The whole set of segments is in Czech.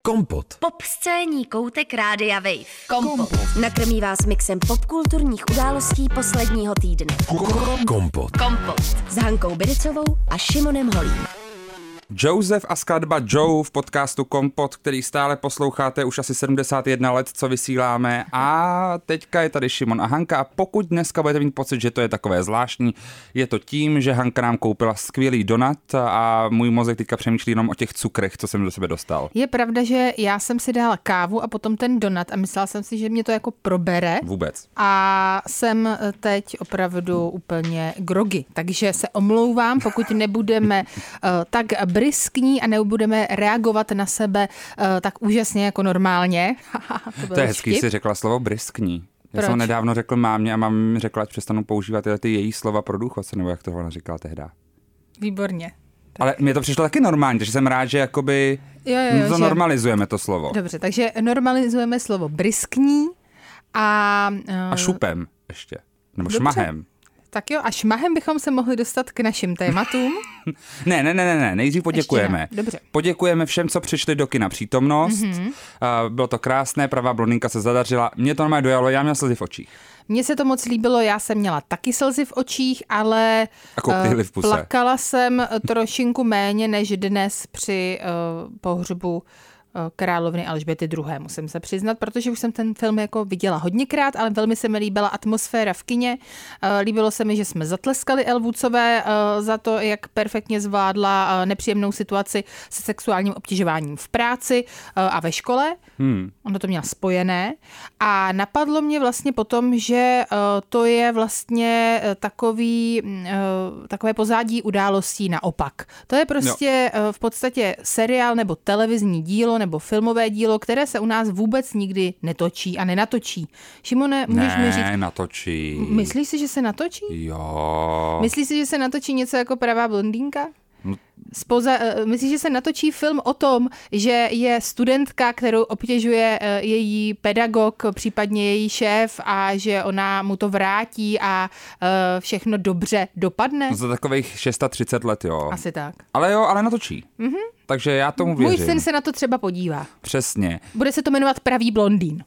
Kompot. Popscénní koutek Rádia Wave. Kompot. Nakrmí vás mixem popkulturních událostí posledního týdne. Kompot. Kompot. S Hankou Bidicovou a Šimonem Holím. Josef a skladba Joe v podcastu Kompot, který stále posloucháte už asi 71 let, co vysíláme. A teďka je tady Šimon a Hanka. A pokud dneska budete mít pocit, že to je takové zvláštní, je to tím, že Hanka nám koupila skvělý donut a můj mozek teďka přemýšlí jenom o těch cukrech, co jsem do sebe dostal. Je pravda, že já jsem si dala kávu a potom ten donut a myslela jsem si, že mě to jako probere. Vůbec. A jsem teď opravdu úplně grogy. Takže se omlouvám, pokud nebudeme tak briskní a nebudeme reagovat na sebe tak úžasně jako normálně. To je hezký, jsi řekla slovo briskní. Já jsem nedávno řekl mámě a máma mi řekla, ať přestanu používat ty její slova pro důchodce, nebo jak to ona říkala tehda. Výborně. Tak. Ale mně to přišlo taky normálně, takže jsem rád, že jakoby to že... normalizujeme to slovo. Dobře, takže normalizujeme slovo briskní a šupem ještě, nebo dobře. Šmahem. Tak jo, a šmahem bychom se mohli dostat k našim tématům. Ne, nejdřív poděkujeme. Dobře. Poděkujeme všem, co přišli do kina Přítomnost. Bylo to krásné, Pravá blondýnka se zadařila. Mě to normálně dojalo, já měl slzy v očích. Mně se to moc líbilo, já jsem měla taky slzy v očích, ale plakala jsem trošinku méně než dnes při pohřbu královny Alžběty II. Musím se přiznat, protože už jsem ten film jako viděla hodněkrát, ale velmi se mi líbila atmosféra v kině. Líbilo se mi, že jsme zatleskali Elle Woodsové za to, jak perfektně zvládla nepříjemnou situaci se sexuálním obtěžováním v práci a ve škole. Ono to měla spojené. A napadlo mě vlastně potom, že to je vlastně takové pozadí událostí naopak. To je prostě v podstatě seriál nebo televizní dílo nebo filmové dílo, které se u nás vůbec nikdy netočí a nenatočí. Šimone, můžeš mi říct? Natočí. Myslíš si, že se natočí? Jo. Myslíš si, že se natočí něco jako Pravá blondýnka? Myslíš, že se natočí film o tom, že je studentka, kterou obtěžuje její pedagog, případně její šéf a že ona mu to vrátí a všechno dobře dopadne? Za takových 630 let, jo. Asi tak. Ale natočí. Takže já tomu věřím. Můj syn se na to třeba podívá. Přesně. Bude se to jmenovat Pravý blondýn.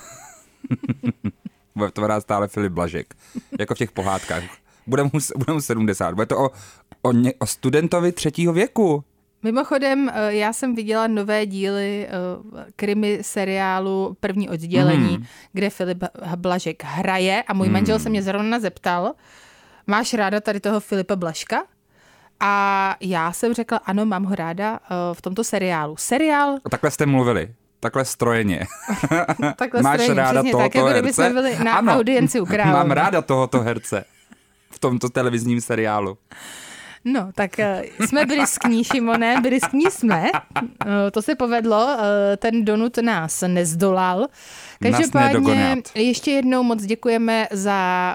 Bude to hrát stále Filip Blažek. Jako v těch pohádkách. Bude mu 70. Bude to o studentovi 3. věku. Mimochodem, já jsem viděla nové díly krimi seriálu První oddělení, kde Filip Blažek hraje a můj manžel se mě zrovna zeptal, máš ráda tady toho Filipa Blažka? A já jsem řekla, ano, mám ho ráda v tomto seriálu. A takhle jste mluvili? Takhle strojeně. Takhle máš strojeně, ráda přesně tohoto tak, jako herce? kdyby jsme byli na audienci u královny. Mám ráda tohoto herce v tomto televizním seriálu. No, tak jsme briskní, Šimone, briskní jsme. To se povedlo, ten donut nás nezdolal. Každopádně ještě jednou moc děkujeme za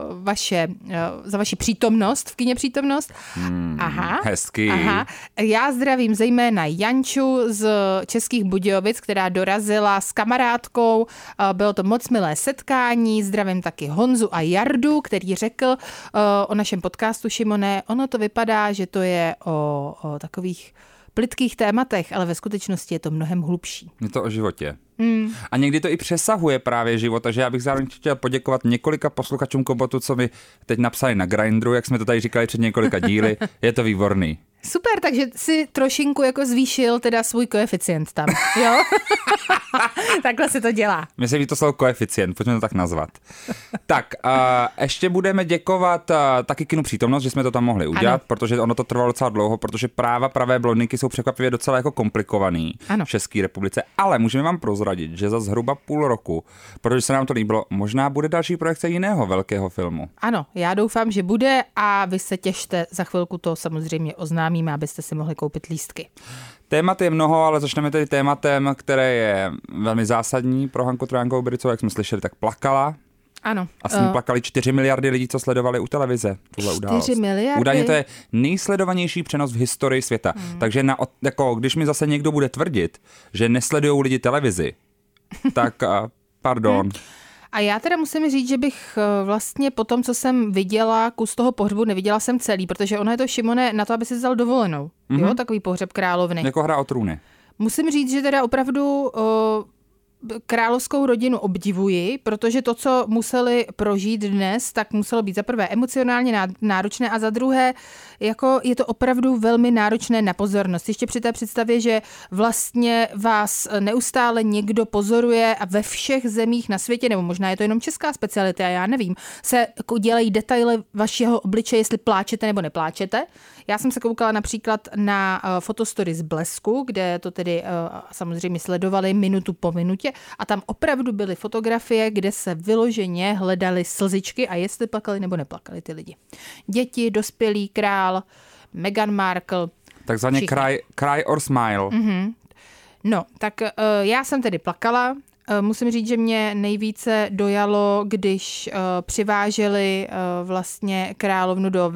vaši přítomnost v kině Přítomnost. Aha. Hezký. Aha. Já zdravím zejména Janču z Českých Budějovic, která dorazila s kamarádkou. Bylo to moc milé setkání. Zdravím taky Honzu a Jardu, který řekl o našem podcastu, Šimone, ono to vypadá, že to je o takových plytkých tématech, ale ve skutečnosti je to mnohem hlubší. Je to o životě. A někdy to i přesahuje právě život, takže já bych zároveň chtěl poděkovat několika posluchačům Kompotu, co mi teď napsali na Grindru, jak jsme to tady říkali před několika díly. Je to výborný. Super, takže si trošinku jako zvýšil teda svůj koeficient tam, jo? Takhle se to dělá. Mně se ví to slovo koeficient, pojďme to tak nazvat. Tak, ještě budeme děkovat taky kinu Přítomnost, že jsme to tam mohli udělat, protože ono to trvalo docela dlouho, protože Pravé blondýnky jsou překvapivě docela jako komplikovaný v České republice, ale můžeme vám prozradit, že za zhruba půl roku, protože se nám to líbilo, možná bude další projekce jiného velkého filmu. Ano, já doufám, že bude a vy se těšte, za chvilku to samozřejmě oznámíme, abyste si mohli koupit lístky. Témat je mnoho, ale začneme tedy tématem, které je velmi zásadní pro Hanku Trojankovou Bidicovou, jak jsme slyšeli, tak plakala. Ano. A s ním plakali 4 miliardy lidí, co sledovali u televize tuhle událost. 4 miliardy? Údajně to je nejsledovanější přenos v historii světa. Takže jako, když mi zase někdo bude tvrdit, že nesledujou lidi televizi, tak pardon. A já teda musím říct, že bych vlastně po tom, co jsem viděla kus toho pohřbu, neviděla jsem celý, protože ono je to, Šimone, na to, aby si vzal dovolenou. Jo, takový pohřeb královny. Jako Hra o trůny. Musím říct, že teda opravdu královskou rodinu obdivuji, protože to, co museli prožít dnes, tak muselo být za prvé emocionálně náročné a za druhé, jako je to opravdu velmi náročné na pozornost. Ještě při té představě, že vlastně vás neustále někdo pozoruje a ve všech zemích na světě, nebo možná je to jenom česká specialita, já nevím, se dělají detaily vašeho obličeje, jestli pláčete nebo nepláčete. Já jsem se koukala například na fotostory z Blesku, kde to tedy samozřejmě sledovali minutu po minutě a tam opravdu byly fotografie, kde se vyloženě hledaly slzičky a jestli plakali nebo neplakali ty lidi. Děti, dospělý, král, Meghan Markle. Takzvaně cry or smile. Mm-hmm. No, tak já jsem tedy plakala. Musím říct, že mě nejvíce dojalo, když přiváželi vlastně královnu do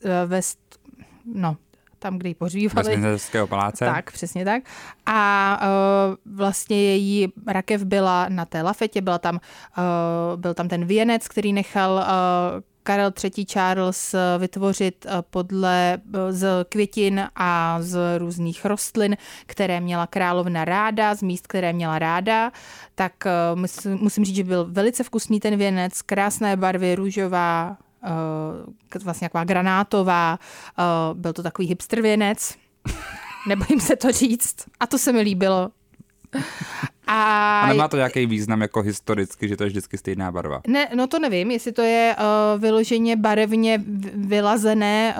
tam, kde ji pohřbívali. Westminsterského paláce. Tak, přesně tak. A vlastně její rakev byla na té lafetě, byl tam ten věnec, který nechal Karel III. Charles vytvořit z květin a z různých rostlin, které měla královna ráda, z míst, které měla ráda. Tak musím říct, že byl velice vkusný ten věnec, krásné barvy, růžová, vlastně taková granátová, byl to takový hipster věnec, nebojím se to říct, a to se mi líbilo. A nemá to nějaký význam jako historicky, že to je vždycky stejná barva? Ne, no to nevím, jestli to je vyloženě barevně vylazené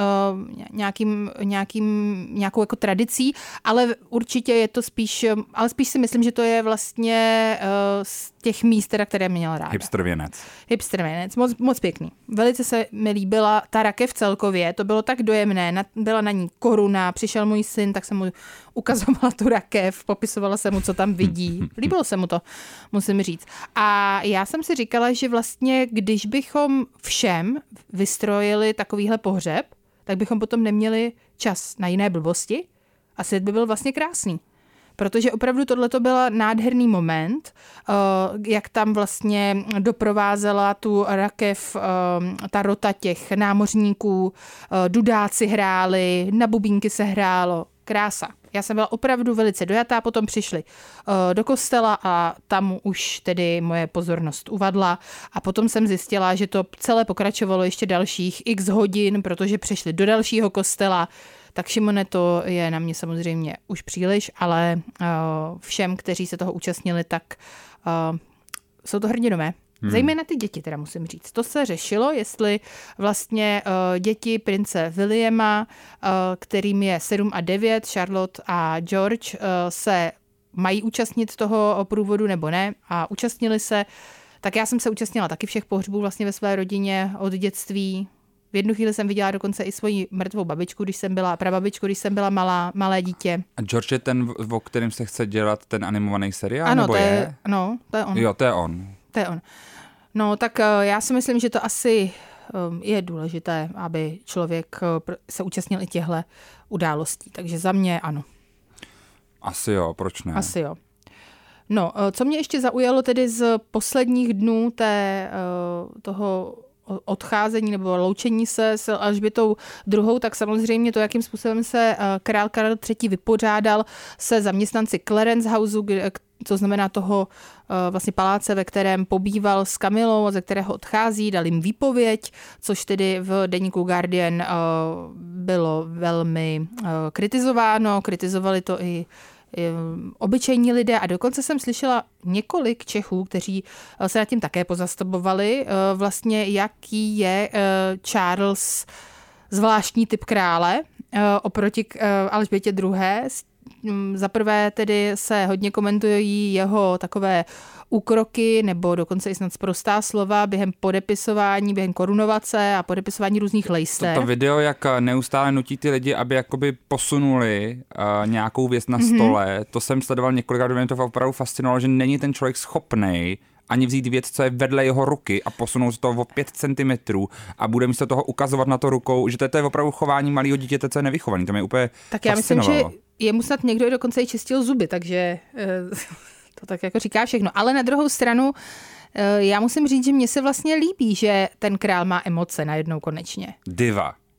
nějakou jako tradicí, ale určitě je to spíš si myslím, že to je vlastně z těch míst, které měla ráda. Hipster věnec, moc pěkný. Velice se mi líbila ta rakev celkově, to bylo tak dojemné, byla na ní koruna, přišel můj syn, tak jsem mu ukazovala tu rakev, popisovala jsem mu, co tam vidí. Líbilo se mu to, musím říct. A já jsem si říkala, že vlastně, když bychom všem vystrojili takovýhle pohřeb, tak bychom potom neměli čas na jiné blbosti a svět by byl vlastně krásný. Protože opravdu tohleto byl nádherný moment, jak tam vlastně doprovázela tu rakev ta rota těch námořníků, dudáci hráli, na bubínky se hrálo, krása. Já jsem byla opravdu velice dojatá, potom přišli do kostela a tam už tedy moje pozornost uvadla a potom jsem zjistila, že to celé pokračovalo ještě dalších x hodin, protože přišli do dalšího kostela. Tak Šimone, to je na mě samozřejmě už příliš, ale všem, kteří se toho účastnili, tak jsou to hrdinové. Zejména ty děti, teda musím říct. To se řešilo, jestli vlastně děti prince Williama, kterým je 7 a 9, Charlotte a George, se mají účastnit toho průvodu nebo ne a účastnili se. Tak já jsem se účastnila taky všech pohřbů vlastně ve své rodině od dětství. V jednu chvíli jsem viděla dokonce i svoji mrtvou babičku, prababičku, když jsem byla malé dítě. A George je ten, o kterém se chce dělat ten animovaný seriál? Ano, nebo to je on. Jo, to je on. To je on. No, tak já si myslím, že to asi je důležité, aby člověk se účastnil i těchto událostí. Takže za mě ano. Asi jo, proč ne? Asi jo. No, co mě ještě zaujalo tedy z posledních dnů toho odcházení nebo loučení se s Alžbětou II, tak samozřejmě to, jakým způsobem se král Karel III. Vypořádal se zaměstnanci Clarence Houseu, co znamená toho vlastně paláce, ve kterém pobýval s Kamilou a ze kterého odchází, dal jim výpověď, což tedy v deníku Guardian bylo velmi kritizováno, kritizovali to i obyčejní lidé a dokonce jsem slyšela několik Čechů, kteří se nad tím také pozastavovali, vlastně jaký je Charles zvláštní typ krále oproti Alžbětě II. Za prvé tedy se hodně komentují jeho takové úkroky nebo dokonce i snad sprostá slova během podepisování, během korunovace a podepisování různých lejster. To video, jak neustále nutí ty lidi, aby jakoby posunuli nějakou věc na stole, to jsem sledoval několikrát, mě to opravdu fascinovalo, že není ten člověk schopnej ani vzít věc, co je vedle jeho ruky a posunout to o 5 cm a bude místo toho ukazovat na to rukou, že to je opravdu chování malého dítěte, co je nevychovaný. To mě úplně tak já myslím, že jemu snad někdo dokonce i čistil zuby, takže to tak jako říká všechno. Ale na druhou stranu já musím říct, že mně se vlastně líbí, že ten král má emoce najednou konečně. Diva.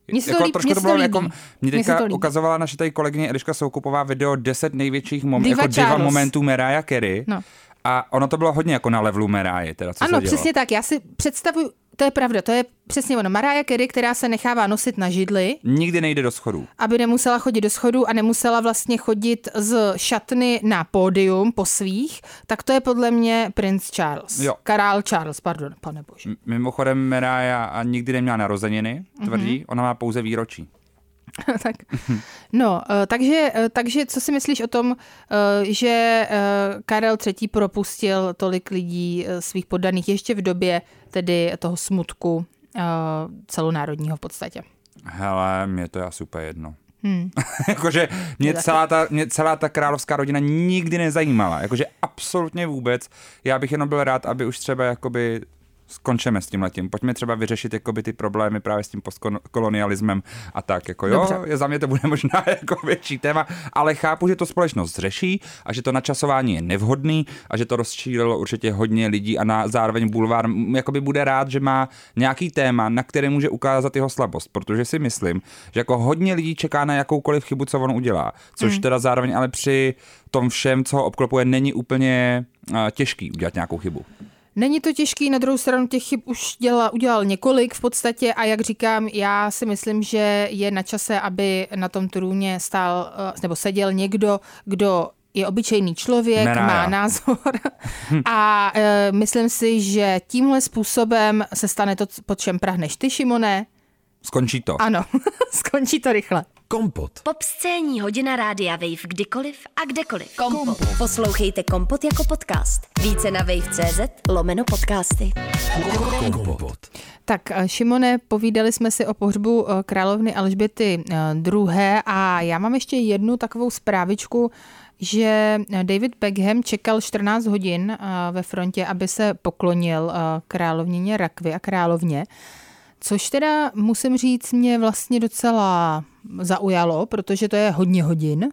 Trošku to bylo jako, mě teďka ukazovala naše tady kolegyně Eliška Soukupová video 10 největších diva momentů Mariah Carey. No. A ono to bylo hodně jako na levelu Mariah, teda co ano, se dělo. Přesně tak, já si představuju, to je pravda, to je přesně ono. Mariah Carey, která se nechává nosit na židli. Nikdy nejde do schodů. Aby nemusela chodit do schodů a nemusela vlastně chodit z šatny na pódium po svých, tak to je podle mě princ Charles. Jo. Král Charles, pardon, pane bože. Mimochodem Mariah nikdy neměla narozeniny, tvrdí, ona má pouze výročí. Tak. No, takže co si myslíš o tom, že Karel III. Propustil tolik lidí svých poddaných ještě v době tedy toho smutku celonárodního v podstatě? Hele, mě to je asi úplně jedno. Jakože mě celá ta královská rodina nikdy nezajímala. Jakože absolutně vůbec. Já bych jenom byl rád, aby už třeba jakoby skončíme s tímhletím. Pojďme třeba vyřešit jakoby ty problémy právě s tím postkolonialismem a tak. Jako, jo, za mě to bude možná jako větší téma, ale chápu, že to společnost řeší a že to načasování je nevhodný a že to rozšířilo určitě hodně lidí a zároveň bulvár jakoby bude rád, že má nějaký téma, na které může ukázat jeho slabost, protože si myslím, že jako hodně lidí čeká na jakoukoliv chybu, co on udělá, což teda zároveň ale při tom všem, co ho obklopuje, není úplně těžký udělat nějakou chybu. Není to těžký, na druhou stranu těch chyb už udělal několik v podstatě a jak říkám, já si myslím, že je na čase, aby na tom trůně stál nebo seděl někdo, kdo je obyčejný člověk, má názor a myslím si, že tímhle způsobem se stane to, po čem prahneš ty, Šimone. Skončí to. Ano, skončí to rychle. Kompot. Popscénní hodina rádia Wave kdykoliv a kdekoliv. Kompot. Poslouchejte Kompot jako podcast. Více na wave.cz/podcasty. Kompot. Tak Šimone, povídali jsme si o pohřbu královny Alžběty II. A já mám ještě jednu takovou zprávičku, že David Beckham čekal 14 hodin ve frontě, aby se poklonil královnině Rakvi a královně. Což teda, musím říct, mě vlastně docela zaujalo, protože to je hodně hodin.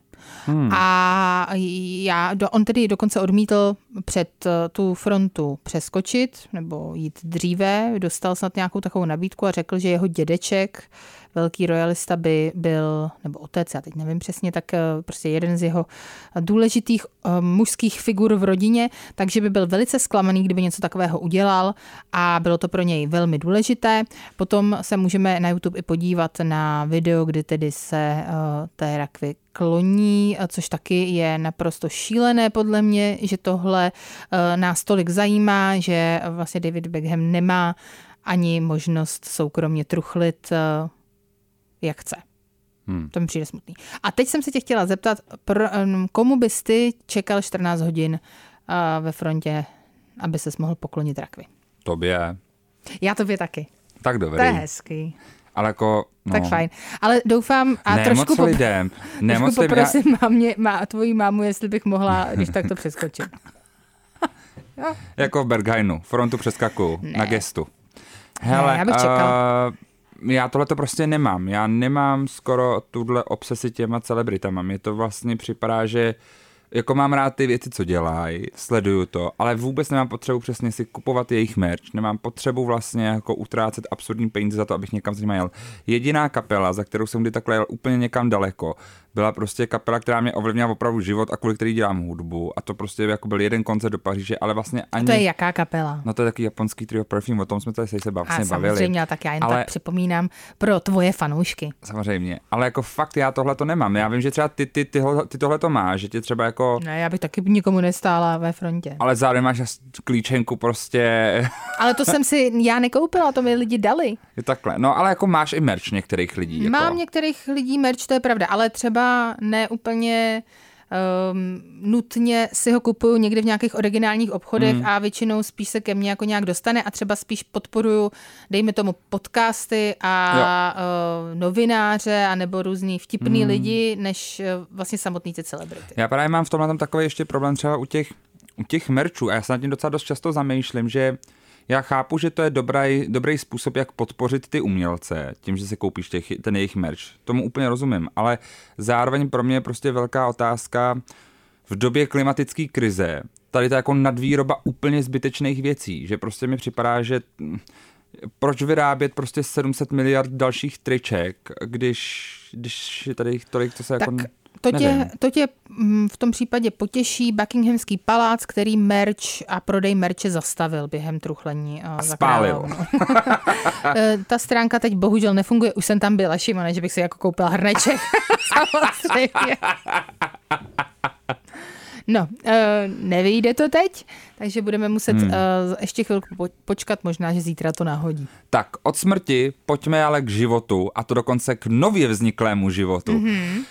A on tedy dokonce odmítl před tu frontu přeskočit nebo jít dříve. Dostal snad nějakou takovou nabídku a řekl, že jeho dědeček, velký royalista, by byl, nebo otec, já teď nevím přesně, tak prostě jeden z jeho důležitých mužských figur v rodině, takže by byl velice zklamaný, kdyby něco takového udělal a bylo to pro něj velmi důležité. Potom se můžeme na YouTube i podívat na video, kdy tedy se té rakvi kloní, což taky je naprosto šílené podle mě, že tohle nás tolik zajímá, že vlastně David Beckham nemá ani možnost soukromně truchlit, jak chce. To mi přijde smutný. A teď jsem se tě chtěla zeptat, komu bys ty čekal 14 hodin ve frontě, aby ses mohl poklonit rakvi? Tobě. Já tobě taky. Tak dobrý. To je hezký. Ale jako, no. Tak fajn. Ale doufám a trošku poprosím tvoji mámu, jestli bych mohla, když tak to přeskočit. Jako v Berghainu, frontu přeskakuju na gestu. Hele, já bych čekal. Já tohle to prostě nemám. Já nemám skoro tuhle obsesi těma celebritama. Mně to vlastně připadá, že jako mám rád ty věci, co dělají, sleduju to, ale vůbec nemám potřebu přesně si kupovat jejich merch, nemám potřebu vlastně jako utrácet absurdní peníze za to, abych někam s nimi jel. Jediná kapela, za kterou jsem kdy takhle jel úplně někam daleko, byla prostě kapela, která mě ovlivnila opravdu život a kvůli který dělám hudbu. A to prostě jako byl jeden koncert do Paříže, ale vlastně ani... A to je jaká kapela? No to je taky japonský trio Perfume, o tom jsme tady se bavili. Samozřejmě, tak já jen tak připomínám pro tvoje fanoušky. Samozřejmě, ale jako fakt já tohle to nemám. Já vím, že třeba ty tohle to máš, že tě třeba jako... No, já bych taky nikomu nestála ve frontě. Ale zároveň máš klíčenku prostě... Ale to jsem si já nekoupila, to mi lidi dali. Je takhle. No, ale jako máš i merch některých lidí. Jako... Mám některých lidí merch, to je pravda, ale třeba ne úplně nutně si ho kupuju někde v nějakých originálních obchodech a většinou spíš se ke mně jako nějak dostane a třeba spíš podporuju, dejme tomu, podcasty a novináře a nebo různý vtipný lidi, než vlastně samotný ty celebrity. Já právě mám v tomhle takový ještě problém třeba u těch merchů a já se nad tím docela dost často zamýšlím, že já chápu, že to je dobrý způsob, jak podpořit ty umělce, tím, že si koupíš ten jejich merch. Tomu úplně rozumím, ale zároveň pro mě je prostě velká otázka v době klimatické krize. Tady to jako nadvýroba úplně zbytečných věcí, že prostě mi připadá, že proč vyrábět prostě 700 miliard dalších triček, když je tady tolik, co se tak jako... To tě v tom případě potěší Buckinghamský palác, který merch a prodej merče zastavil během truchlení. Spálil. Ta stránka teď bohužel nefunguje, už jsem tam byla, Šimone, že bych si jako koupila hrneček. Samozřejmě. No, nevyjde to teď, takže budeme muset ještě chvilku počkat, možná, že zítra to nahodí. Tak, od smrti pojďme ale k životu, a to dokonce k nově vzniklému životu.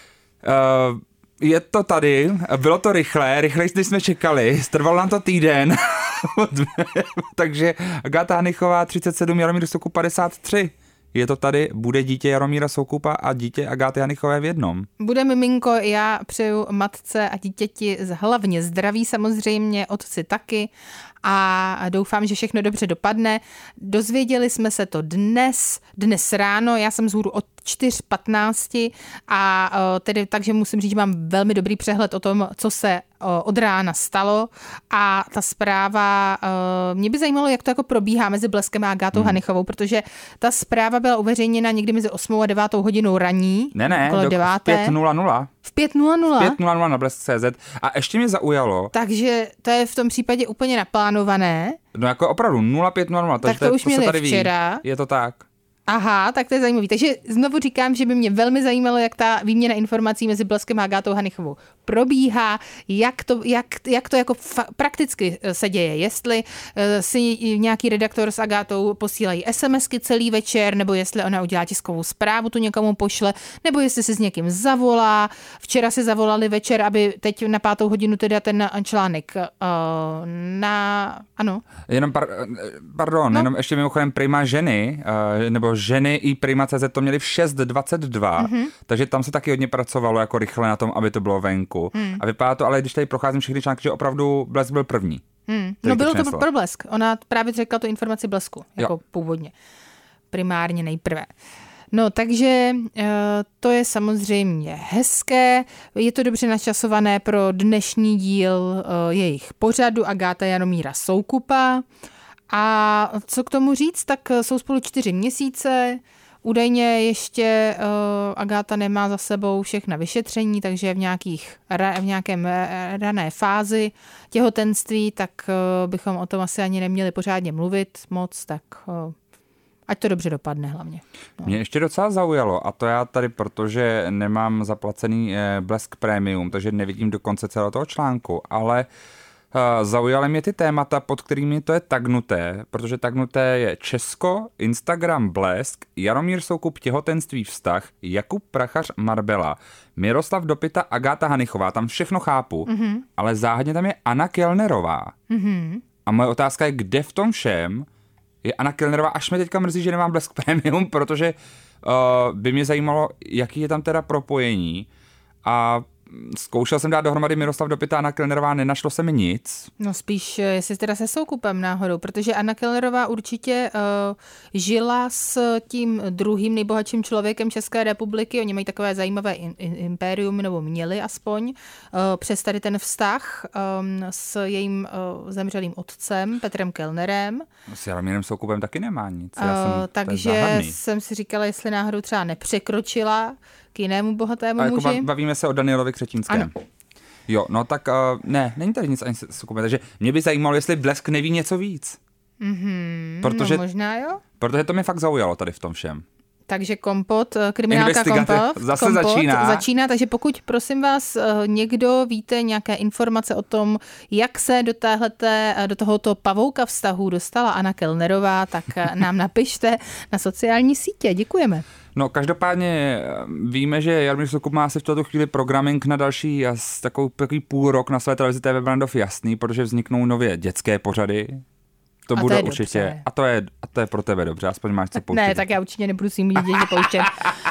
Je to tady, bylo to rychlejší, než jsme čekali, trvalo nám to týden, takže Agáta Hanychová 37, Jaromír Soukup 53. Je to tady, bude dítě Jaromíra Soukupa a dítě Agáty Hanychové v jednom. Bude miminko, já přeju matce a dítěti hlavně zdraví samozřejmě, otci taky a doufám, že všechno dobře dopadne. Dozvěděli jsme se to dnes ráno, já jsem vzhůru od 4:15 a tedy takže musím říct, že mám velmi dobrý přehled o tom, co se od rána stalo a ta zpráva, mě by zajímalo, jak to jako probíhá mezi Bleskem a Agátou Hanychovou, protože ta zpráva byla uveřejněna někdy mezi 8 a 9 hodinou raní. Okolo 9. V 5:00. V 5:00? V 5:00 na Blesk.cz. A ještě mě zaujalo. Takže to je v tom případě úplně naplánované. No jako opravdu 05:00. Tak to už měli včera. Ví. Je to tak. Aha, tak to je zajímavý. Takže znovu říkám, že by mě velmi zajímalo, jak ta výměna informací mezi Bleskem a Agátou Hanychovou probíhá, jak to jako prakticky se děje. Jestli si nějaký redaktor s Agátou posílají SMSky celý večer, nebo jestli ona udělá tiskovou zprávu, tu někomu pošle, nebo jestli si s někým zavolá. Včera si zavolali večer, aby teď na 5. hodinu teda ten článek ano. Jenom jenom ještě mimochodem Prima ženy, nebo ženy i Prima.cz to měli v 6:22, takže tam se taky hodně pracovalo jako rychle na tom, aby to bylo venku. A vypadá to, ale když tady procházím všechny články, že opravdu Blesk byl první. No bylo to pro Blesk. Ona právě řekla tu informaci Blesku, jako původně. Primárně nejprve. No, takže to je samozřejmě hezké, je to dobře načasované pro dnešní díl jejich pořadu Agáta Jaromíra Soukupa. A co k tomu říct, tak jsou spolu 4 měsíce, údajně ještě Agáta nemá za sebou všechna vyšetření, takže v nějakém rané fázi těhotenství, tak bychom o tom asi ani neměli pořádně mluvit moc, tak ať to dobře dopadne hlavně. No. Mě ještě docela zaujalo, a to já tady, protože nemám zaplacený Blesk Premium, takže nevidím do konce celého toho článku, ale zaujaly mě ty témata, pod kterými to je tagnuté, protože tagnuté je Česko, Instagram Blesk, Jaromír Soukup těhotenství vztah, Jakub Prachař Marbella, Miroslav Dopita Agáta Hanychová, tam všechno chápu, ale záhadně tam je Anna Kellnerová. A moje otázka je, kde v tom všem je Anna Kellnerová, až mě teďka mrzí, že nemám Blesk Premium, protože by mě zajímalo, jaký je tam teda propojení a zkoušel jsem dát dohromady Miroslav Dopita a Anna Kellnerová, nenašlo se mi nic. No spíš, jestli teda se Soukupem náhodou, protože Anna Kellnerová určitě žila s tím druhým nejbohatším člověkem České republiky, oni mají takové zajímavé impérium, nebo měli aspoň, přes tady ten vztah s jejím zemřelým otcem Petrem Kellnerem. S Jaromírem Soukupem taky nemá nic. Takže jsem si říkala, jestli náhodou třeba nepřekročila k jinému bohatému jako muži. Bavíme se o Danielovi Křetínském. Ano. Jo, no tak ne, není tady nic ani Soukupem, takže mě by zajímalo, jestli Blesk neví něco víc. Protože, no možná jo. Protože to mě fakt zaujalo tady v tom všem. Takže Kompot, kriminálka Kompot začíná, takže pokud, prosím vás, někdo víte nějaké informace o tom, jak se do tohoto pavouka vztahu dostala Anna Kellnerová, tak nám napište na sociální sítě. Děkujeme. No, každopádně víme, že Jaromír Soukup má asi v tuto chvíli programming na další takový půl rok na své televizi TV Brandov jasný, protože vzniknou nově dětské pořady. To bude určitě. Dobře. A to je pro tebe dobře, aspoň máš co pouštět. Ne, tak já určitě nebudu svým děti pouštět.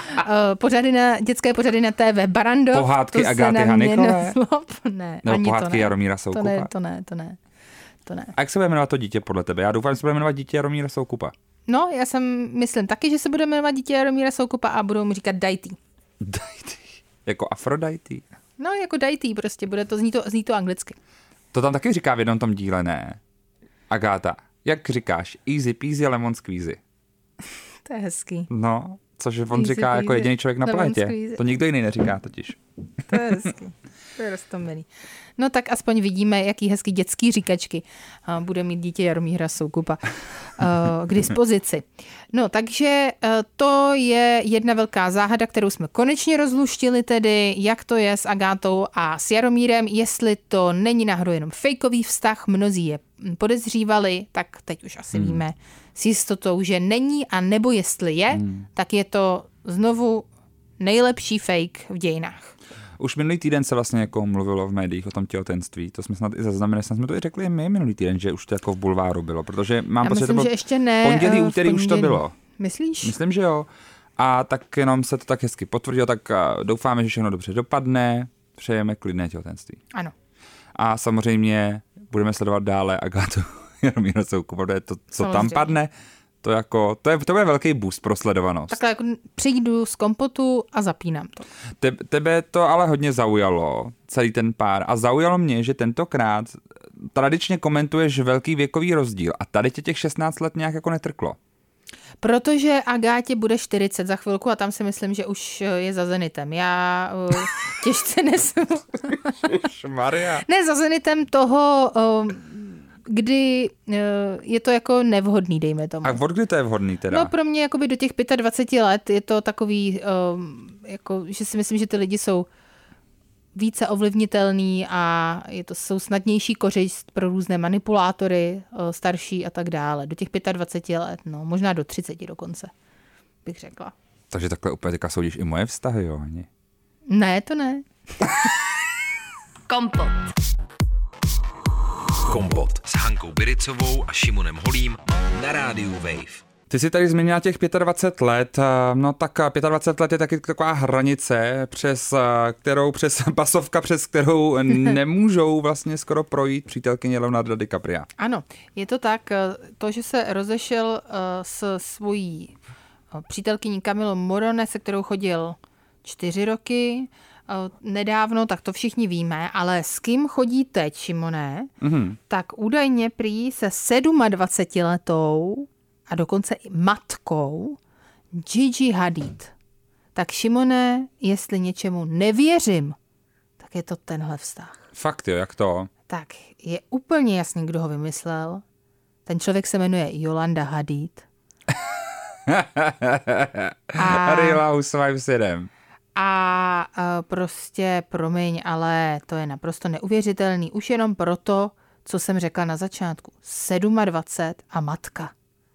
Dětské pořady na TV Barandov. Pohádky Agáty Hanychové. Ne, nebo ani pohádky to ne. Jaromíra Soukupa. To ne. A jak se bude jmenovat to dítě podle tebe? Já doufám, že se bude jmenovat dítě Jaromíra Soukupa. No, já myslím taky, že se bude jmenovat dítě Jaromíra Soukupa a budou mu říkat Dajty. Dajty. Jako Afrodajty? No, jako Dajty prostě, zní to anglicky. To tam taky říká v jednom tom díle, ne? Agáta. Jak říkáš, easy peasy lemon squeezy. To je hezký. No, což on Easy říká jako peasy, jediný člověk na lemon planetě. squeezy. To nikdo jiný neříká totiž. To je hezký. To je roztomilý. No tak aspoň vidíme, jaký hezký dětský říkačky bude mít dítě Jaromíra Soukupa k dispozici. No takže to je jedna velká záhada, kterou jsme konečně rozluštili tedy, jak to je s Agátou a s Jaromírem, jestli to není náhodou jenom fejkový vztah, mnozí je podezřívali, tak teď už asi víme s jistotou, že není, a nebo jestli je, tak je to znovu nejlepší fake v dějinách. Už minulý týden se vlastně jako mluvilo v médiích o tom těhotenství. To jsme snad i zaznamenali, snad jsme to i řekli i my minulý týden, že už to jako v bulváru bylo, protože mám pocit, že to bylo že ještě ne, pondělí, úterý už to bylo. Myslíš? Myslím, že jo. A tak jenom se to tak hezky potvrdilo, tak doufáme, že všechno dobře dopadne. Přejeme klidné těhotenství. Ano. A samozřejmě budeme sledovat dále Agátu Jaromíra Soukupa, protože to, co tam padne, to bude velký boost pro sledovanost. Takhle jako přijdu z kompotu a zapínám to. Tebe to ale hodně zaujalo, celý ten pár. A zaujalo mě, že tentokrát tradičně komentuješ velký věkový rozdíl a tady tě těch 16 let nějak jako netrklo. Protože Agátě bude 40 za chvilku a tam si myslím, že už je za Zenitem. Já těžce nesu. Maria. Ne, za Zenitem toho, kdy je to jako nevhodný, dejme tomu. A od kdy to je vhodný teda? No pro mě jakoby do těch 25 let je to takový, jako, že si myslím, že ty lidi jsou více ovlivnitelný a jsou snadnější kořist pro různé manipulátory, starší a tak dále. Do těch 25 let, no, možná do 30 dokonce, bych řekla. Takže takhle úplně teďka soudíš i moje vztahy, jo? Ne, to ne. Kompot. Kompot s Hankou Biricovou a Šimonem Holím na rádiu Wave. Ty jsi tady zmínila těch 25 let, no tak 25 let je taky taková hranice, přes pasovka, přes kterou nemůžou vlastně skoro projít přítelkyně Leonarda DiCapria. Ano, je to tak, to, že se rozešel s svojí přítelkyní Camilou Morone, se kterou chodil 4 roky, nedávno, tak to všichni víme, ale s kým chodí teď, Šimone, tak údajně prý se 27letou a dokonce i matkou Gigi Hadid. Tak Šimone, jestli něčemu nevěřím, tak je to tenhle vztah. Fakt jo, jak to? Tak je úplně jasný, kdo ho vymyslel. Ten člověk se jmenuje Yolanda Hadid. Real Housewives 1. A prostě, promiň, ale to je naprosto neuvěřitelný. Už jenom proto, co jsem řekla na začátku. 27 a matka.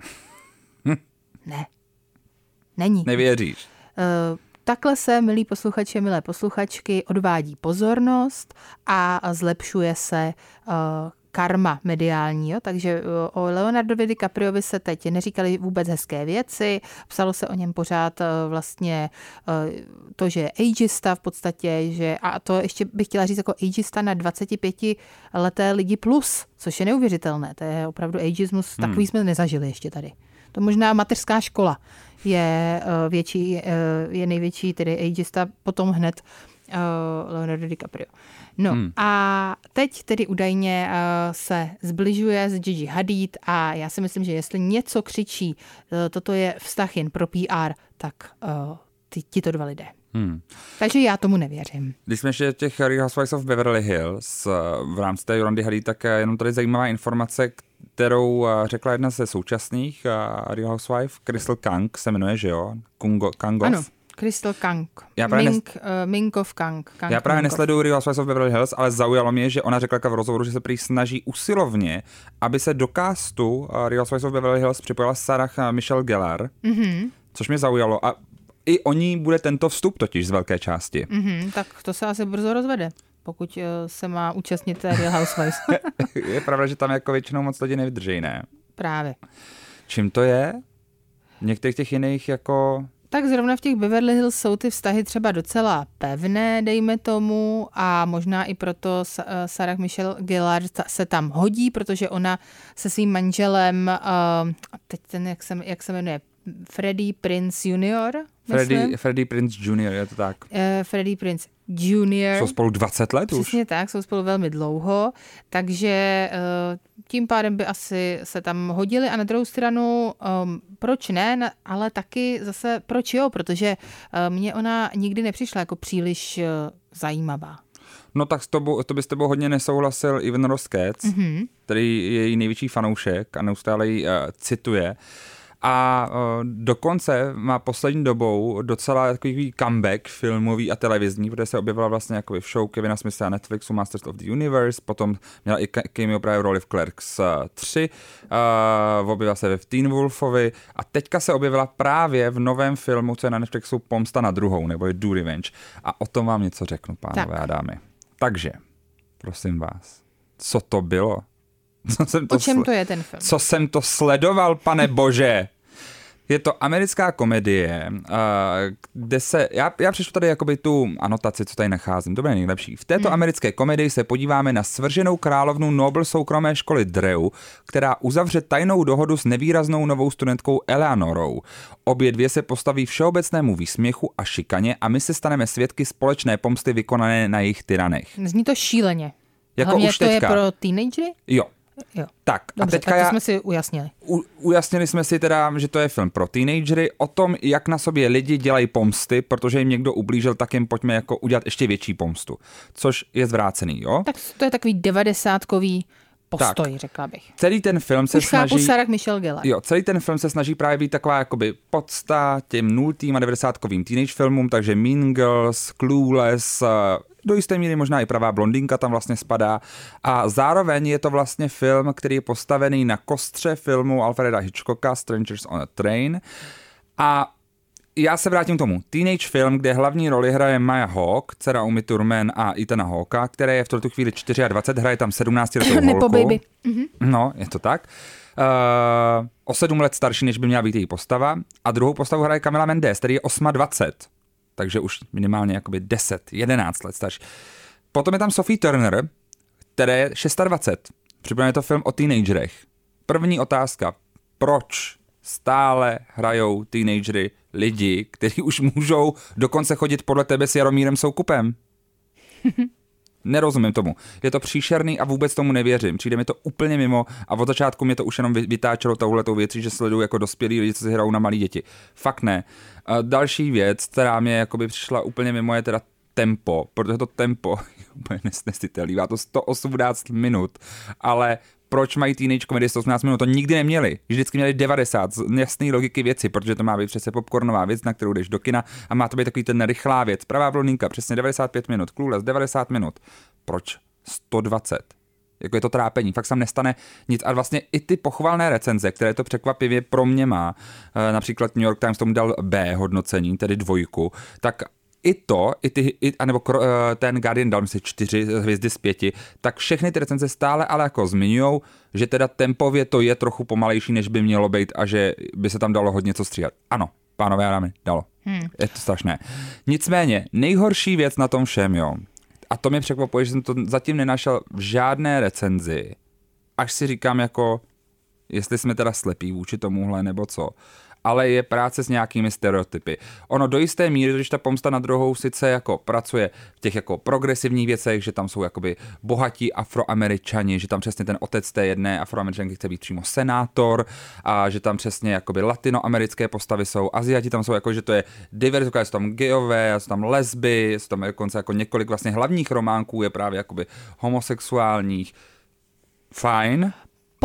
Ne. Není. Nevěříš. Takhle se, milí posluchači, milé posluchačky, odvádí pozornost a zlepšuje se karma mediální. Jo? Takže o Leonardovi DiCapriovi se teď neříkali vůbec hezké věci, psalo se o něm pořád vlastně to, že je ageista v podstatě, že, a to ještě bych chtěla říct jako ageista na 25leté lidi plus, což je neuvěřitelné. To je opravdu ageismus, takový jsme nezažili ještě tady. To možná mateřská škola je největší tedy ageista, potom hned Leonardo DiCaprio. No a teď tedy údajně se zbližuje s Gigi Hadid a já si myslím, že jestli něco křičí, toto je vztah jen pro PR, tak tito dva lidé. Takže já tomu nevěřím. Když jsme ještě těch Real Housewives of Beverly Hills v rámci té Yolandy Hadid, tak jenom tady zajímavá informace, kterou řekla jedna ze současných Real Housewives, Crystal Kang se jmenuje, že jo? Kangov? Ano. Crystal Kang. Minkov Kang. Já právě nesleduju Real Housewives of Beverly Hills, ale zaujalo mě, že ona řekla v rozhovoru, že se prý snaží usilovně, aby se do castu Real Housewives of Beverly Hills připojila Sarah Michelle Gellar, což mě zaujalo. A i o ní bude tento vstup totiž z velké části. Tak to se asi brzo rozvede, pokud se má účastnit té Real Housewives. Je pravda, že tam jako většinou moc lidi nevydrží, ne? Právě. Čím to je? Některých těch jiných jako... Tak zrovna v těch Beverly Hills jsou ty vztahy třeba docela pevné, dejme tomu, a možná i proto Sarah Michelle Gellar se tam hodí, protože ona se svým manželem, teď ten, jak se jmenuje, Freddie Prinze Jr., Freddie Prinze Jr., je to tak. Freddie Prinze Jr. Jsou spolu 20 let už? Přesně tak, jsou spolu velmi dlouho, takže tím pádem by asi se tam hodili a na druhou stranu proč ne, ale taky zase proč jo, protože mně ona nikdy nepřišla jako příliš zajímavá. No tak to by s tebou hodně nesouhlasil Evan Ross Katz, který je její největší fanoušek a neustále ji cituje. A dokonce má poslední dobou docela takový comeback filmový a televizní, protože se objevila vlastně jako v show Kevina Smitha na Netflixu Masters of the Universe, potom měla i cameo právě roli v Clerks 3, objevila se ve Teen Wolfovi a teďka se objevila právě v novém filmu, co je na Netflixu Pomsta na druhou, nebo je Do Revenge. A o tom vám něco řeknu, pánové a dámy. Takže, prosím vás, co to bylo? O čem to je ten film? Co jsem to sledoval, pane bože? Je to americká komedie, kde se, já přečtu tady jakoby tu anotaci, co tady nacházím, to bude nejlepší. V této americké komedii se podíváme na svrženou královnu Noble soukromé školy Drew, která uzavře tajnou dohodu s nevýraznou novou studentkou Eleanorou. Obě dvě se postaví všeobecnému výsměchu a šikaně a my se staneme svědky společné pomsty vykonané na jejich tyranech. Zní to šíleně. Jako hlavně už to teďka. Je pro teenagery? Jo. Tak, dobře, a teďka tak to jsme si ujasnili. Ujasnili jsme si teda, že to je film pro teenagery, o tom, jak na sobě lidi dělají pomsty, protože jim někdo ublížil, tak jim pojďme jako udělat ještě větší pomstu, což je zvrácený, jo? Tak to je takový 90kový postoj, tak, řekla bych. Celý ten film se snaží... chápu Sarah Michelle Gellar. Jo, celý ten film se snaží právě být taková jakoby podsta těm 0. a 90kovým teenage filmům, takže Mean Girls, Clueless, do jisté míry možná i Pravá blondýnka tam vlastně spadá. A zároveň je to vlastně film, který je postavený na kostře filmu Alfreda Hitchcocka Strangers on a Train. A já se vrátím k tomu. Teenage film, kde hlavní roli hraje Maya Hawke, dcera Uma Thurman a Ethana Hawkea, které je v tuto chvíli 24, hraje tam 17letou holku. Baby. No, je to tak. O 7 let starší, než by měla být její postava. A druhou postavu hraje Camila Mendes, který je 28. Takže už minimálně jakoby 11 let starší. Potom je tam Sophie Turner, která je 26. Připomíná je to film o teenagerech. První otázka. Proč stále hrajou teenagery lidi, kteří už můžou dokonce chodit podle tebe s Jaromírem Soukupem? Nerozumím tomu. Je to příšerný a vůbec tomu nevěřím. Přijde mi to úplně mimo a od začátku mě to už jenom vytáčelo touhletou věcí, že sleduju jako dospělí lidi, co si hrajou na malí děti. Fakt ne. A další věc, která mě jakoby přišla úplně mimo, je teda tempo, protože to tempo je úplně nesnesitelný. Má to 118 minut, ale proč mají teenage komedie 118 minut? To nikdy neměli. Vždycky měli 90 z jasné logiky věci, protože to má být přece popcornová věc, na kterou jdeš do kina a má to být takový ten rychlá věc. Pravá blondýnka, přesně 95 minut, Clueless 90 minut. Proč 120? Jako je to trápení, fakt se nestane nic. A vlastně i ty pochvalné recenze, které to překvapivě pro mě má, například New York Times tomu dal B hodnocení, tedy 2, tak anebo ten Guardian dal si 4 hvězdy z 5, tak všechny ty recenze stále ale jako zmiňujou, že teda tempově to je trochu pomalejší, než by mělo být a že by se tam dalo hodně co stříhat. Ano, pánové a dámy, dalo. Je to strašné. Nicméně, nejhorší věc na tom všem, jo, a to mě překvapuje, že jsem to zatím nenašel v žádné recenzi, až si říkám jako, jestli jsme teda slepí vůči tomuhle nebo co, ale je práce s nějakými stereotypy. Ono do jisté míry, když ta pomsta na druhou sice jako pracuje v těch jako progresivních věcech, že tam jsou jakoby bohatí Afroameričani, že tam přesně ten otec té jedné Afroameričanky chce být přímo senátor a že tam přesně jakoby latinoamerické postavy jsou, Aziati tam jsou jako, že to je diverzita, jsou tam gayové, jsou tam lesby, jsou tam dokonce jako několik vlastně hlavních románků je právě jakoby homosexuálních. Fajn.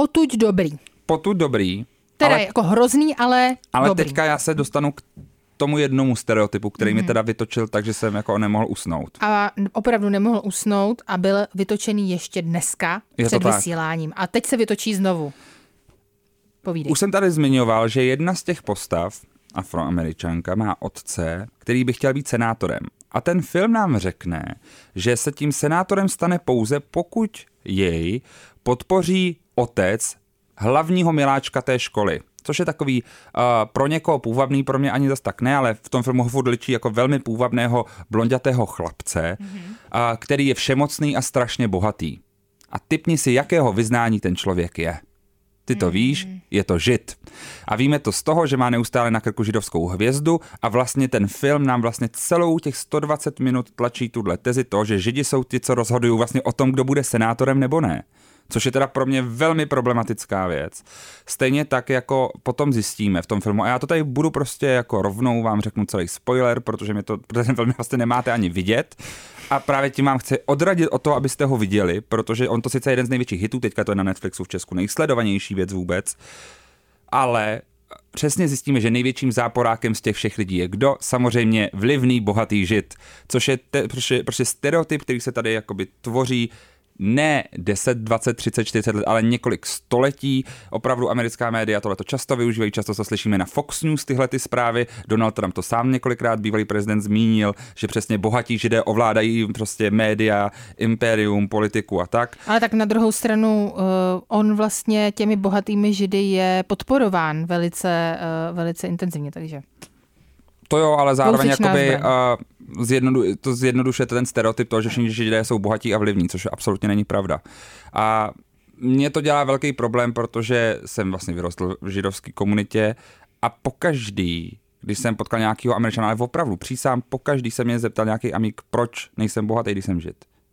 Potud dobrý. Teda ale, jako hrozný, ale dobrý. Teďka já se dostanu k tomu jednomu stereotypu, který mi teda vytočil, takže jsem jako nemohl usnout. A opravdu nemohl usnout a byl vytočený ještě dneska před vysíláním. A teď se vytočí znovu. Povídej. Už jsem tady zmiňoval, že jedna z těch postav, Afroameričanka, má otce, který by chtěl být senátorem. A ten film nám řekne, že se tím senátorem stane pouze, pokud jej podpoří otec hlavního miláčka té školy, což je takový pro někoho půvabný, pro mě ani zas tak ne, ale v tom filmu ho furt ličí jako velmi půvabného blonďatého chlapce, který je všemocný a strašně bohatý. A tipni si, jakého vyznání ten člověk je. Ty to víš, je to Žid. A víme to z toho, že má neustále na krku židovskou hvězdu a vlastně ten film nám vlastně celou těch 120 minut tlačí tuhle tezi to, že Židi jsou ti, co rozhodují vlastně o tom, kdo bude senátorem nebo ne. Což je teda pro mě velmi problematická věc. Stejně tak, jako potom zjistíme v tom filmu, a já to tady budu prostě jako rovnou vám řeknu celý spoiler, protože ten film vlastně nemáte ani vidět. A právě tím vám chci odradit o to, abyste ho viděli, protože on to sice je jeden z největších hitů, teďka to je na Netflixu v Česku, nejsledovanější věc vůbec, ale přesně zjistíme, že největším záporákem z těch všech lidí je kdo? Samozřejmě vlivný, bohatý Žid, což je prostě stereotyp, který se tady jakoby tvoří ne 10, 20, 30, 40 let, ale několik století. Opravdu americká média tohleto často využívají, často to slyšíme na Fox News tyhle ty zprávy. Donald Trump to sám několikrát, bývalý prezident, zmínil, že přesně bohatí Židé ovládají prostě média, impérium, politiku a tak. Ale tak na druhou stranu on vlastně těmi bohatými Židy je podporován velice intenzivně, takže... To jo, ale zároveň jakoby to zjednodušuje ten stereotyp toho, že všichni Židé jsou bohatí a vlivní, což absolutně není pravda. A mě to dělá velký problém, protože jsem vlastně vyrostl v židovské komunitě a pokaždý, když jsem potkal nějakého Američana, ale opravdu přísám, pokaždý se mě zeptal nějaký amík, proč nejsem bohatý, když jsem Žid.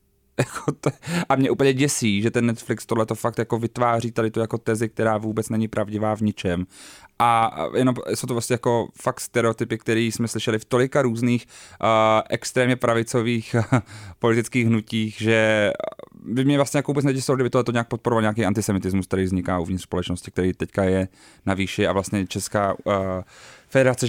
A mě úplně děsí, že ten Netflix tohleto fakt jako vytváří tady tu jako tezi, která vůbec není pravdivá v ničem. A jenom jsou to vlastně jako fakt stereotypy, které jsme slyšeli v tolika různých extrémně pravicových politických hnutích, že by mě vlastně jako vůbec neděsilo, kdyby tohleto nějak podporoval nějaký antisemitismus, který vzniká uvnitř společnosti, který teďka je na výši a vlastně Česká Federace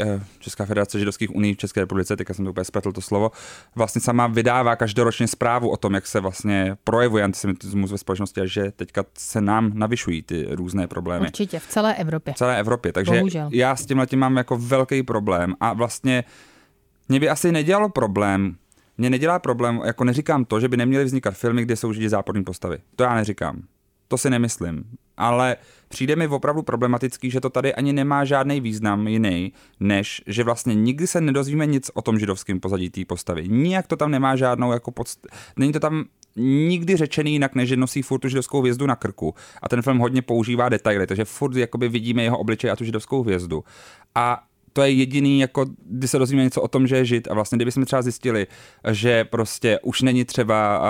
židovských uní v České republice, teďka jsem to úplně spletl to slovo, vlastně sama vydává každoročně zprávu o tom, jak se vlastně projevuje antisemitismus ve společnosti a že teďka se nám navyšují ty různé problémy. Určitě, v celé Evropě. V celé Evropě, takže bohužel. Já s tímhletím mám jako velký problém a vlastně mě by asi nedělalo problém, mě nedělá problém, jako neříkám to, že by neměly vznikat filmy, kde jsou Židi záporní postavy. To já neříkám. To si nemyslím. Ale přijde mi opravdu problematický, že to tady ani nemá žádný význam jiný, než že vlastně nikdy se nedozvíme nic o tom židovském pozadí té postavy. Nijak to tam nemá žádnou jako není to tam nikdy řečený jinak, než že nosí furt tu židovskou hvězdu na krku. A ten film hodně používá detaily, takže furt jakoby vidíme jeho obličej a tu židovskou hvězdu. A to je jediný, jako, kdy se dozvíme něco o tom, že je Žid a vlastně, kdybychom třeba zjistili, že prostě už není třeba,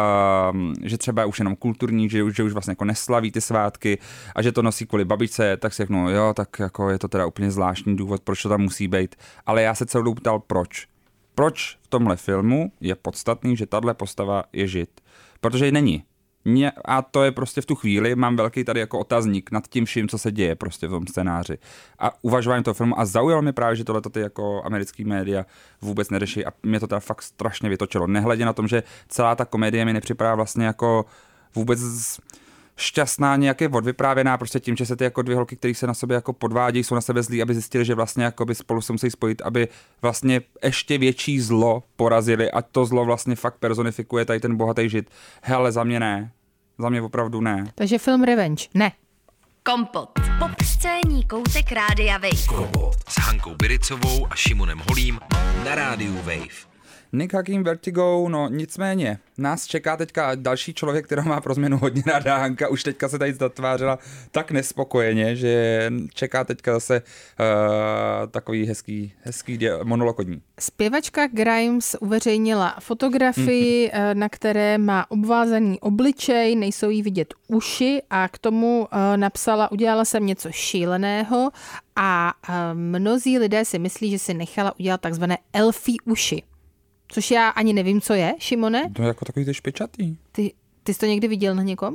že třeba už jenom kulturní, že už vlastně jako neslaví ty svátky a že to nosí kvůli babičce, tak si řeknu, jo, tak jako je to teda úplně zvláštní důvod, proč to tam musí být. Ale já se celou dobu ptal, proč. Proč v tomhle filmu je podstatný, že tahle postava je Žid? Protože ji není. A to je prostě v tu chvíli, mám velký tady jako otazník nad tím vším, co se děje prostě v tom scénáři. A uvažování toho filmu a zaujalo mě právě, že tohleto ty jako americký média vůbec neřeší a mě to teda fakt strašně vytočilo. Nehledě na tom, že celá ta komedie mi nepřipadá vlastně jako vůbec šťastná, nějak je odvyprávěná prostě tím, že se ty jako dvě holky, které se na sobě jako podvádějí, jsou na sebe zlí, aby zjistili, že vlastně jako by spolu se musí spojit, aby vlastně ještě větší zlo porazili a to zlo vlastně fakt personifikuje tady ten bohatý Žid. Hele, za mě ne. Za mě opravdu ne. Takže film Revenge. Ne. Kompot. Popscénní koutek Rádia Wave. Kompot s Hankou Biricovou a Šimonem Holím na Rádiu Wave. Nick Hakim Vertigo, no nicméně, nás čeká teďka další člověk, který má pro změnu hodně ráda. Hanka už teďka se tady zatvářila tak nespokojeně, že čeká teďka zase takový hezký monolog od ní. Zpěvačka Grimes uveřejnila fotografii, na které má obvázaný obličej, nejsou jí vidět uši a k tomu napsala, udělala jsem něco šíleného a mnozí lidé si myslí, že si nechala udělat takzvané elfí uši. Což já ani nevím, co je, Šimone. To je jako takový ty špičatý. Ty jsi to někdy viděl na někom?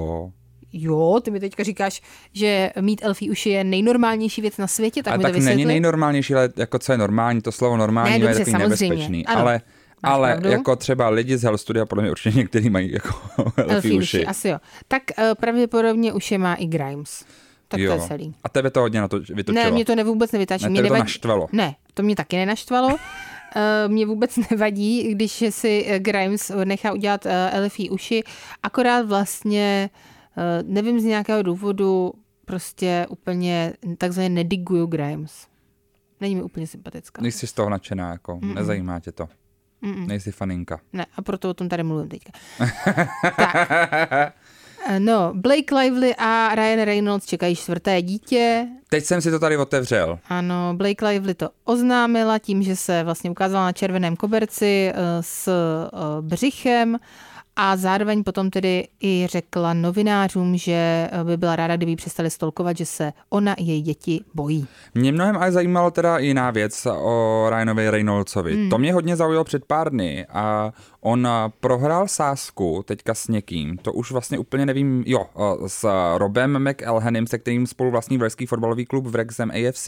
Jo, ty mi teďka říkáš, že mít elfí uši je nejnormálnější věc na světě, tak mi to vysvětli. Ale tak není nejnormálnější, ale jako co je normální, to slovo normální je takový nebezpečný. Ano, ale jako třeba lidi z Hell Studia, podle mě určitě některý mají jako elfí uši. Asi jo. Tak pravděpodobně uši má i Grimes. Tak jo. To je celý. A tebe to hodně na to vytočilo. Ne, mě to vůbec nevytáčí. Mě to naštvalo. Ne, to mě taky nenaštvalo. Mě vůbec nevadí, když si Grimes nechá udělat elfí uši, akorát vlastně, nevím z nějakého důvodu, prostě úplně takzvaně nediguju Grimes. Není mi úplně sympatická. Nejsi z toho nadšená, jako nezajímá tě to. Nejsi faninka. Ne, a proto o tom tady mluvím teďka. Tak. No, Blake Lively a Ryan Reynolds čekají 4. dítě. Teď jsem si to tady otevřel. Ano, Blake Lively to oznámila tím, že se vlastně ukázala na červeném koberci s břichem a zároveň potom tedy i řekla novinářům, že by byla ráda, kdyby ji přestali stalkovat, že se ona i její děti bojí. Mě mnohem ale zajímalo teda jiná věc o Ryanovi Reynoldsovi. To mě hodně zaujalo před pár dny a on prohrál sázku teďka s někým, to už vlastně úplně nevím, s Robem McElhennym, se kterým spolu vlastní velský fotbalový klub Wrexham AFC.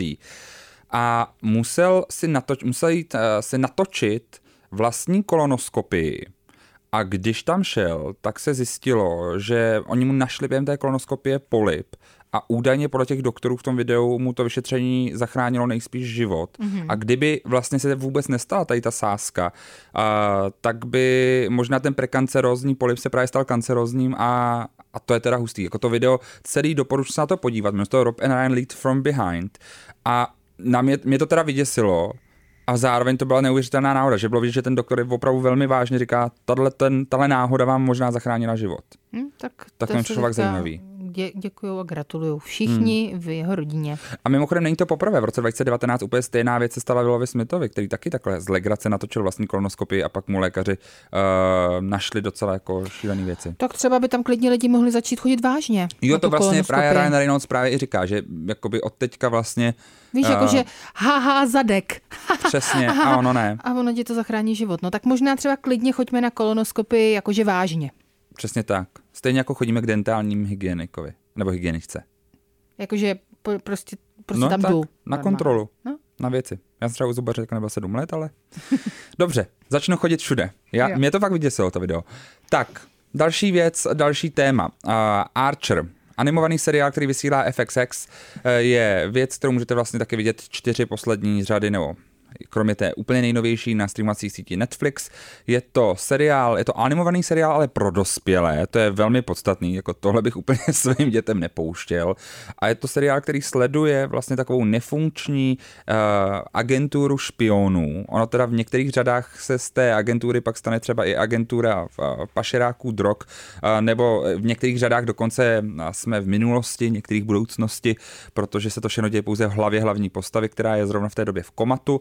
A musel jít si natočit vlastní kolonoskopii. A když tam šel, tak se zjistilo, že oni mu našli během té kolonoskopie polyp a údajně podle těch doktorů v tom videu mu to vyšetření zachránilo nejspíš život. A kdyby vlastně se vůbec nestala tady ta sázka, tak by možná ten prekancerózní polyp se právě stal kancerózním a to je teda hustý. Jako to video celý doporučuji se na to podívat, jmenuje to Rob and Ryan Lead from Behind a mě to teda vyděsilo. A zároveň to byla neuvěřitelná náhoda, že bylo vidět, že ten doktor je opravdu velmi vážně říká, tahle náhoda vám možná zachránila život. Tak to je člověk zajímavý. Děkuju a gratuluju všichni v jeho rodině. A mimochodem není to poprvé. V roce 2019 úplně stejná věc se stala Willovi Smithovi, který taky takhle z legrace natočil vlastní kolonoskopii a pak mu lékaři našli docela jako šílený věci. Tak třeba by tam klidně lidi mohli začít chodit vážně. Jo, to vlastně právě Ryan Reynolds právě i říká, že jakoby od teďka vlastně... Víš, jakože zadek. Přesně, a ono ne. A ono ti to zachrání život. No tak možná třeba klidně choďme na kolonoskopii jakože vážně. Přesně tak. Stejně jako chodíme k dentálním hygienikovi. Nebo hygieničce. Jakože prostě no tam tak, jdu. Na kontrolu. No? Na věci. Já jsem třeba u zubaře nebyl 7 let, ale... Dobře, začnu chodit všude. Mě to fakt vyděsilo, to video. Tak, další věc, další téma. Archer. Animovaný seriál, který vysílá FXX, je věc, kterou můžete vlastně taky vidět 4 poslední řady, nebo kromě té úplně nejnovější na streamovací síti Netflix. Je to animovaný seriál, ale pro dospělé, to je velmi podstatný, jako tohle bych úplně svým dětem nepouštěl. A je to seriál, který sleduje vlastně takovou nefunkční agenturu špionů. Ono teda v některých řadách se z té agentury pak stane třeba i agentura pašeráků drog, nebo v některých řadách dokonce jsme v minulosti, některých budoucnosti, protože se to všechno děje pouze v hlavě hlavní postavy, která je zrovna v té době v komatu.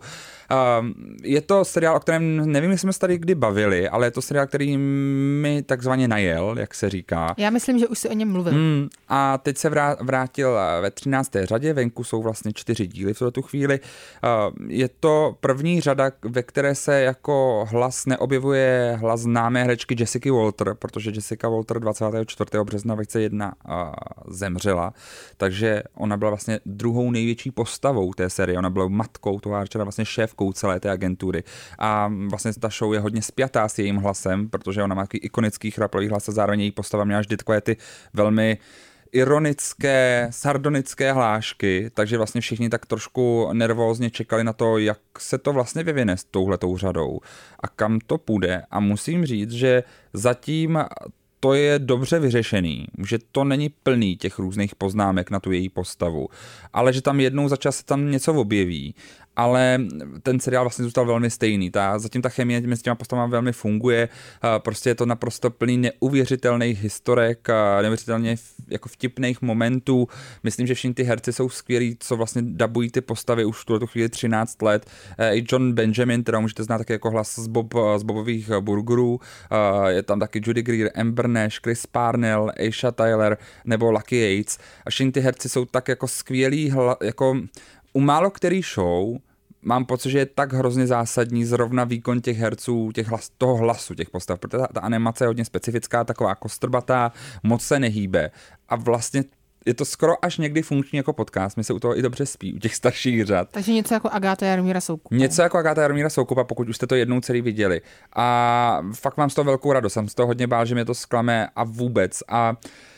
Je to seriál, o kterém nevím, jestli jsme se tady kdy bavili, ale je to seriál, který mi takzvaně najel, jak se říká. Já myslím, že už si o něm mluvil. A teď se vrátil ve 13. řadě, venku jsou vlastně 4 díly v tu chvíli. Je to první řada, ve které se jako hlas neobjevuje hlas známé herečky Jessica Walter, protože Jessica Walter 24. března 2001 zemřela, takže ona byla vlastně druhou největší postavou té série, ona byla matkou toho Archera, vlastně šéfkou celé té agentury a vlastně ta show je hodně spjatá s jejím hlasem, protože ona má takový ikonický chraplavý hlas a zároveň její postava měla vždy takové ty velmi ironické, sardonické hlášky, takže vlastně všichni tak trošku nervózně čekali na to, jak se to vlastně vyvine s touhletou řadou a kam to půjde a musím říct, že zatím to je dobře vyřešený, že to není plný těch různých poznámek na tu její postavu, ale že tam jednou za čas se tam něco objeví, ale ten seriál vlastně zůstal velmi stejný. Zatím ta chemie mezi těma postavami velmi funguje, prostě je to naprosto plný neuvěřitelných historek, neuvěřitelně jako vtipných momentů. Myslím, že všichni ty herci jsou skvělí, co vlastně dabují ty postavy už v tuto chvíli 13 let. I John Benjamin, kterou můžete znát taky jako hlas z Bobových burgerů, je tam taky Judy Greer, Amber Nash, Chris Parnell, Aisha Tyler nebo Lucky Yates. A všichni ty herci jsou tak jako skvělí, jako u málo který show mám pocit, že je tak hrozně zásadní zrovna výkon těch herců, toho hlasu těch postav, protože ta animace je hodně specifická, taková kostrbatá, moc se nehýbe a vlastně je to skoro až někdy funkční jako podcast, mi se u toho i dobře spí, u těch starších řad. Takže něco jako Agáta Jaromíra Soukupa. Něco jako Agáta Jaromíra Soukupa, pokud už jste to jednou celý viděli. A fakt mám z toho velkou radost, jsem z toho hodně bál, že mě to zklame a vůbec. A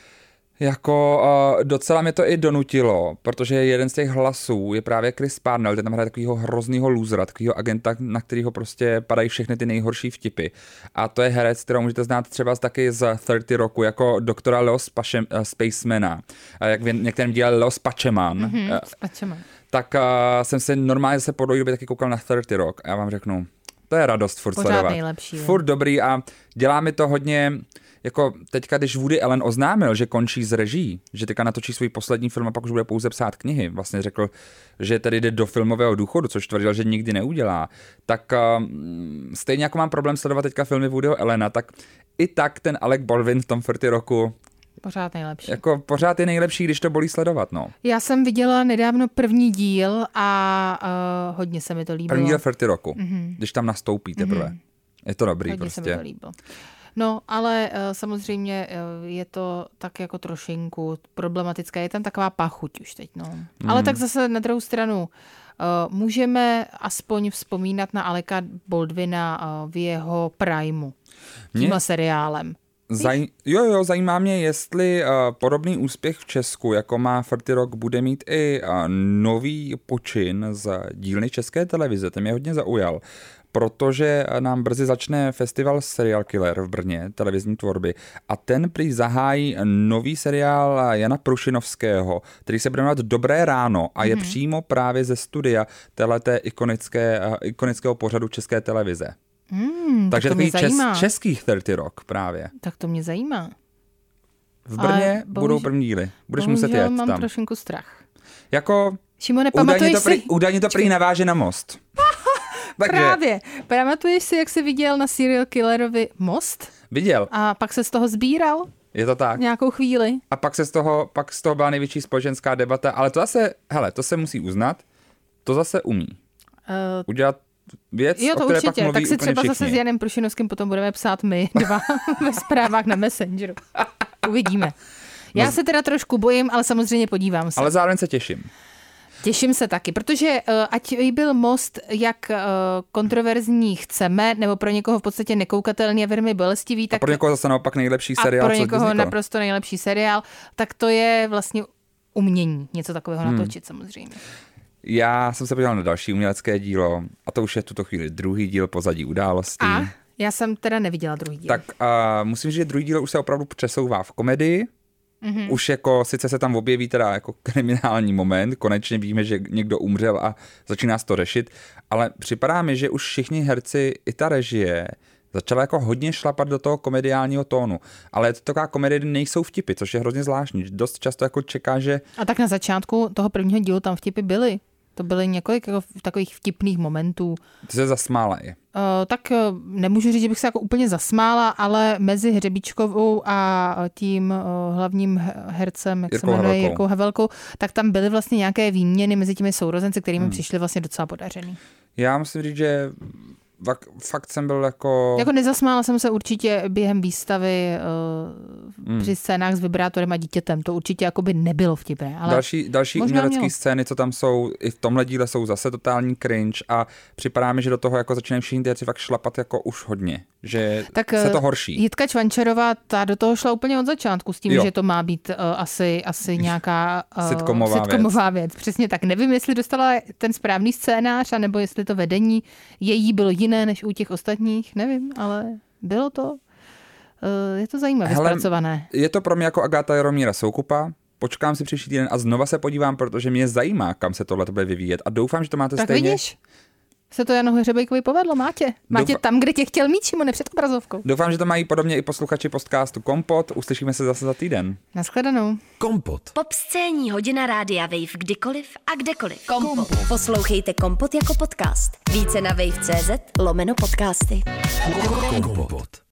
jako docela mě to i donutilo, protože jeden z těch hlasů je právě Chris Parnell, ten tam hraje takovýho hroznýho losera, takovýho agenta, na kterýho prostě padají všechny ty nejhorší vtipy. A to je herec, kterou můžete znát třeba taky z 30 Rocku, jako doktora Leo Spacemana, jak v některém díle Leo Spaceman. Tak jsem se normálně po dlouhé době taky koukal na 30 Rock a já vám řeknu, to je radost furt sledovat. Nejlepší. Furt dobrý a dělá mi to hodně. jako teďka, když Woody Allen oznámil, že končí s režií, že teďka natočí svůj poslední film a pak už bude pouze psát knihy, vlastně řekl, že tedy jde do filmového důchodu, což tvrdil, že nikdy neudělá, tak stejně jako mám problém sledovat teďka filmy Woodyho Allena, tak i tak ten Alec Baldwin v tom 40 roku pořád nejlepší. Jako pořád je nejlepší, když to bolí sledovat, no. Já jsem viděla nedávno první díl a hodně se mi to líbilo. První díl 40 roku, když tam nastoupí teprve. Je to dobrý hodně prostě. Se mi to líbilo. No, ale samozřejmě je to tak jako trošinku problematické. Je tam taková pachuť už teď, no. Ale tak zase na druhou stranu můžeme aspoň vzpomínat na Aleka Baldwina v jeho primu. Tímhle seriálem. Zajímá mě, jestli podobný úspěch v Česku, jako má 40 rok, bude mít i nový počin z dílny České televize. Ten mě hodně zaujal, protože nám brzy začne festival Serial Killer v Brně, televizní tvorby, a ten prý zahájí nový seriál Jana Prušinovského, který se bude jmenovat Dobré ráno a je přímo právě ze studia téhleté ikonického pořadu České televize. Takže takový českých 40 rok právě. Tak to mě zajímá. V Brně budou první díly. Budeš muset jet tam. Mám trošinku strach. Jako Šimone, pamatuješ si? Údajně to prý naváže na Most. Takže... Právě. Pamatuješ si, jak jsi viděl na Serial Killerovi Most? Viděl. A pak se z toho sbíral? Je to tak. Nějakou chvíli. A pak z toho byla největší společenská debata, ale to zase, to se musí uznat, to zase umí. Udělat věc, jo, to o které určitě. Pak mluví tak si třeba všichni. Zase s Janem Prušinovským potom budeme psát my dva ve zprávách na Messengeru. Uvidíme. Já se teda trošku bojím, ale samozřejmě podívám se. Ale zároveň se těším. Těším se taky, protože ať byl Most jak kontroverzní chceme, nebo pro někoho v podstatě nekoukatelný a velmi bolestivý, tak a pro někoho zase naopak nejlepší seriál, a pro někoho naprosto nejlepší seriál, tak to je vlastně umění něco takového natočit samozřejmě. Já jsem se podíval na další umělecké dílo a to už je v tuto chvíli druhý díl Pozadí událostí. A já jsem teda neviděla druhý díl. Tak musím říct, že druhý díl už se opravdu přesouvá v komedii. Už jako sice se tam objeví teda jako kriminální moment, konečně víme, že někdo umřel a začíná se to řešit, ale připadá mi, že už všichni herci i ta režie začala jako hodně šlapat do toho komediálního tónu. Ale je to taková komedie, kde nejsou vtipy, což je hrozně zvláštní. Dost často jako čeká, že... A tak na začátku toho prvního dílu tam vtipy byly. To byly několik jako takových vtipných momentů. Ty se zasmála i. Tak nemůžu říct, že bych se jako úplně zasmála, ale mezi Hřebíčkovou a tím hlavním hercem, jak se jmenuje, Jirkou Havelkou, tak tam byly vlastně nějaké výměny mezi těmi sourozenci, kterými přišly vlastně docela podařený. Já musím říct, že fakt jsem byl jako... Jako nezasmála jsem se určitě během výstavy při scénách s vibrátorem a dítětem. To určitě jakoby nebylo vtipné. Ale další umělecké scény, co tam jsou, i v tomhle díle jsou zase totální cringe a připadá mi, že do toho jako začínají všichni věci fakt šlapat jako už hodně. Že tak se to horší. Jitka Čvančarová, ta do toho šla úplně od začátku s tím, že to má být asi nějaká sitcomová věc. Přesně tak. Nevím, jestli dostala ten správný scénář, anebo jestli to vedení její bylo jiné než u těch ostatních, nevím, ale bylo to, je to zajímavé zpracované. Je to pro mě jako Agáta Jaromíra Soukupa, počkám si příští týden a znova se podívám, protože mě zajímá, kam se tohle bude vyvíjet a doufám, že to máte tak stejně. Tak vidíš, se to Janu Hřebejkovi povedlo, máte tam, kde tě chtěl mít, Šimone, před obrazovkou. Doufám, že to mají podobně i posluchači podcastu Kompot, uslyšíme se zase za týden. Naschledanou. Kompot. Popscénní hodina rádia Wave kdykoliv a kdekoliv. Kompot. Poslouchejte Kompot jako podcast. Více na wave.cz/podcasty. Kompot.